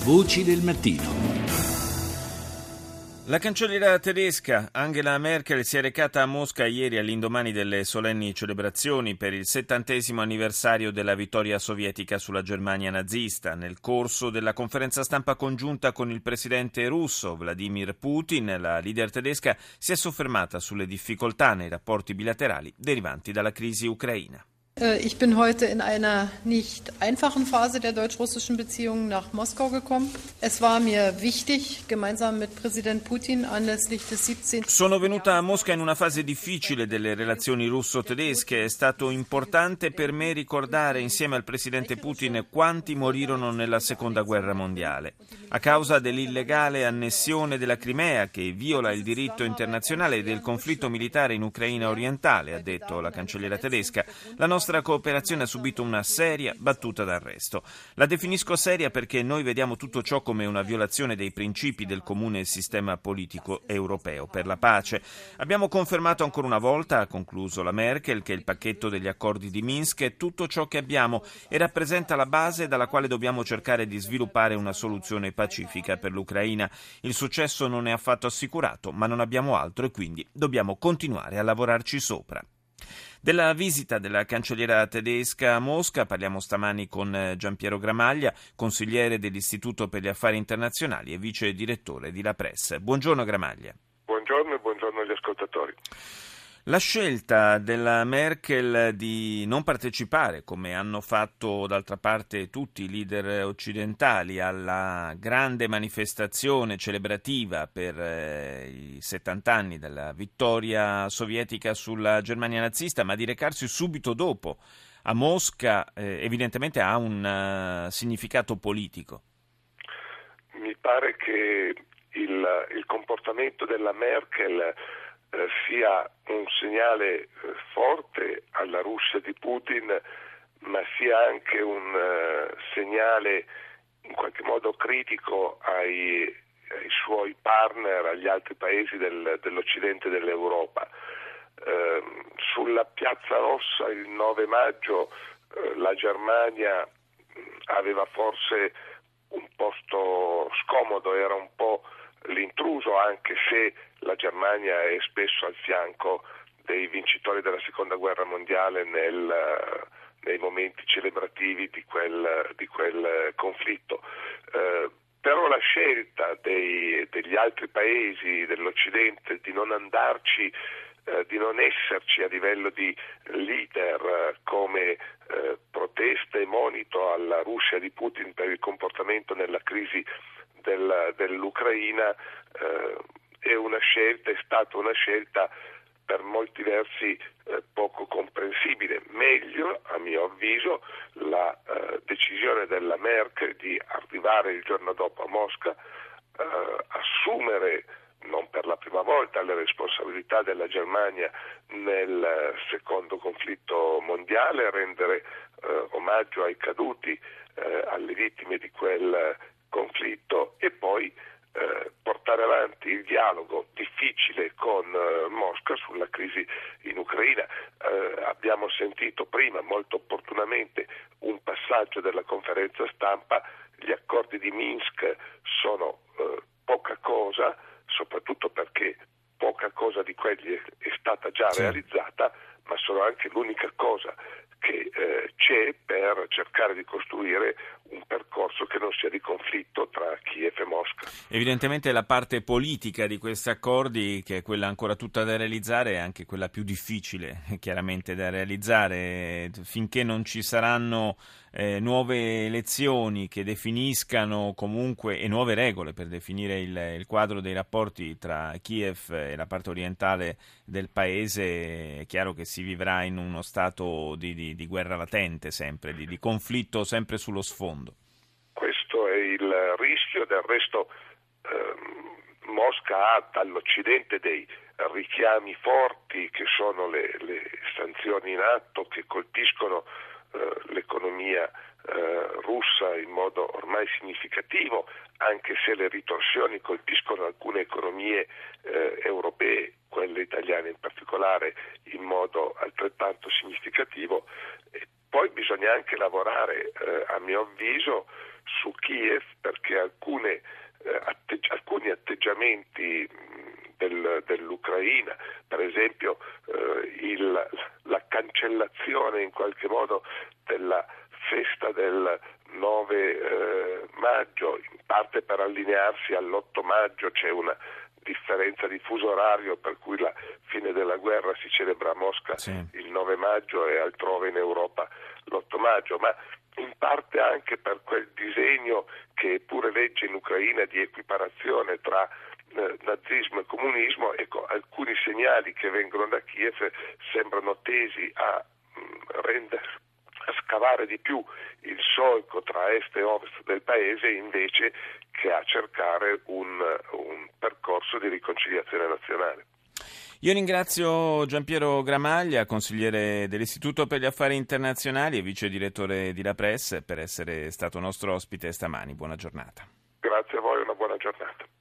Voci del mattino. La cancelliera tedesca Angela Merkel si è recata a Mosca ieri all'indomani delle solenni celebrazioni per il 70° anniversario della vittoria sovietica sulla Germania nazista. Nel corso della conferenza stampa congiunta con il presidente russo Vladimir Putin, la leader tedesca si è soffermata sulle difficoltà nei rapporti bilaterali derivanti dalla crisi ucraina. Ich bin heute in einer nicht einfachen Phase der deutsch-russischen Beziehungen nach Moskau gekommen. Es war mir wichtig, gemeinsam mit Präsident Putin anlässlich des 17. Sono venuta a Mosca in una fase difficile delle relazioni russo-tedesche. È stato importante per me ricordare insieme al presidente Putin quanti morirono nella seconda guerra mondiale. A causa dell'illegale annessione della Crimea, che viola il diritto internazionale, e del conflitto militare in Ucraina orientale, ha detto la cancelliera tedesca, la nostra cooperazione ha subito una seria battuta d'arresto. La definisco seria perché noi vediamo tutto ciò come una violazione dei principi del comune sistema politico europeo per la pace. Abbiamo confermato ancora una volta, ha concluso la Merkel, che il pacchetto degli accordi di Minsk è tutto ciò che abbiamo e rappresenta la base dalla quale dobbiamo cercare di sviluppare una soluzione pacifica per l'Ucraina. Il successo non è affatto assicurato, ma non abbiamo altro e quindi dobbiamo continuare a lavorarci sopra. Della visita della cancelliera tedesca a Mosca parliamo stamani con Giampiero Gramaglia, consigliere dell'Istituto per gli Affari Internazionali e vice direttore di La Presse. Buongiorno Gramaglia. Buongiorno e buongiorno agli ascoltatori. La scelta della Merkel di non partecipare, come hanno fatto d'altra parte tutti i leader occidentali, alla grande manifestazione celebrativa per i 70 anni della vittoria sovietica sulla Germania nazista, ma di recarsi subito dopo a Mosca, evidentemente ha un significato politico. Mi pare che il comportamento della Merkel sia un segnale forte alla Russia di Putin, ma sia anche un segnale in qualche modo critico ai suoi partner, agli altri paesi dell'Occidente e dell'Europa. Sulla Piazza Rossa il 9 maggio la Germania aveva forse un posto scomodo, era un po' l'intruso, anche se la Germania è spesso al fianco dei vincitori della seconda guerra mondiale nei momenti celebrativi di quel conflitto. Però la scelta degli altri paesi dell'Occidente di non andarci, di non esserci a livello di leader come protesta e monito alla Russia di Putin per il comportamento nella crisi dell'Ucraina è stata una scelta per molti versi poco comprensibile. Meglio, a mio avviso, la decisione della Merkel di arrivare il giorno dopo a Mosca, assumere non per la prima volta le responsabilità della Germania nel secondo conflitto mondiale, rendere omaggio ai caduti, alle vittime di quel conflitto e poi portare avanti il dialogo difficile con Mosca sulla crisi in Ucraina. Abbiamo sentito prima molto opportunamente un passaggio della conferenza stampa: gli accordi di Minsk sono poca cosa, soprattutto perché poca cosa di quelli è stata già realizzata, ma sono anche l'unica cosa che c'è per cercare di costruire un percorso che non sia di conflitto tra Kiev e Mosca. Evidentemente la parte politica di questi accordi, che è quella ancora tutta da realizzare, è anche quella più difficile chiaramente da realizzare. Finché non ci saranno nuove elezioni che definiscano comunque, e nuove regole per definire il quadro dei rapporti tra Kiev e la parte orientale del paese, è chiaro che si vivrà in uno stato di guerra latente sempre, di conflitto sempre sullo sfondo. Questo è il rischio. Del resto Mosca ha dall'Occidente dei richiami forti, che sono le sanzioni in atto che colpiscono l'economia russa in modo ormai significativo, anche se le ritorsioni colpiscono alcune economie europee, quelle italiane in particolare, in modo altrettanto significativo. E poi bisogna anche lavorare, a mio avviso, su Kiev, perché alcuni atteggiamenti dell'Ucraina, per esempio la cancellazione in qualche modo della festa del 9 maggio, in parte per allinearsi all'8 maggio, c'è una differenza di fuso orario per cui la fine della guerra si celebra a Mosca il 9 maggio e altrove in Europa l'8 maggio, ma in parte anche per quel disegno che pure legge in Ucraina di equiparazione tra nazismo e comunismo. Ecco, alcuni segnali che vengono da Kiev sembrano tesi a scavare di più il solco tra est e ovest del paese invece che a cercare un percorso di riconciliazione nazionale. Io ringrazio Giampiero Gramaglia, consigliere dell'Istituto per gli Affari Internazionali e vice direttore di La Presse, per essere stato nostro ospite stamani. Buona giornata. Grazie a voi, una buona giornata.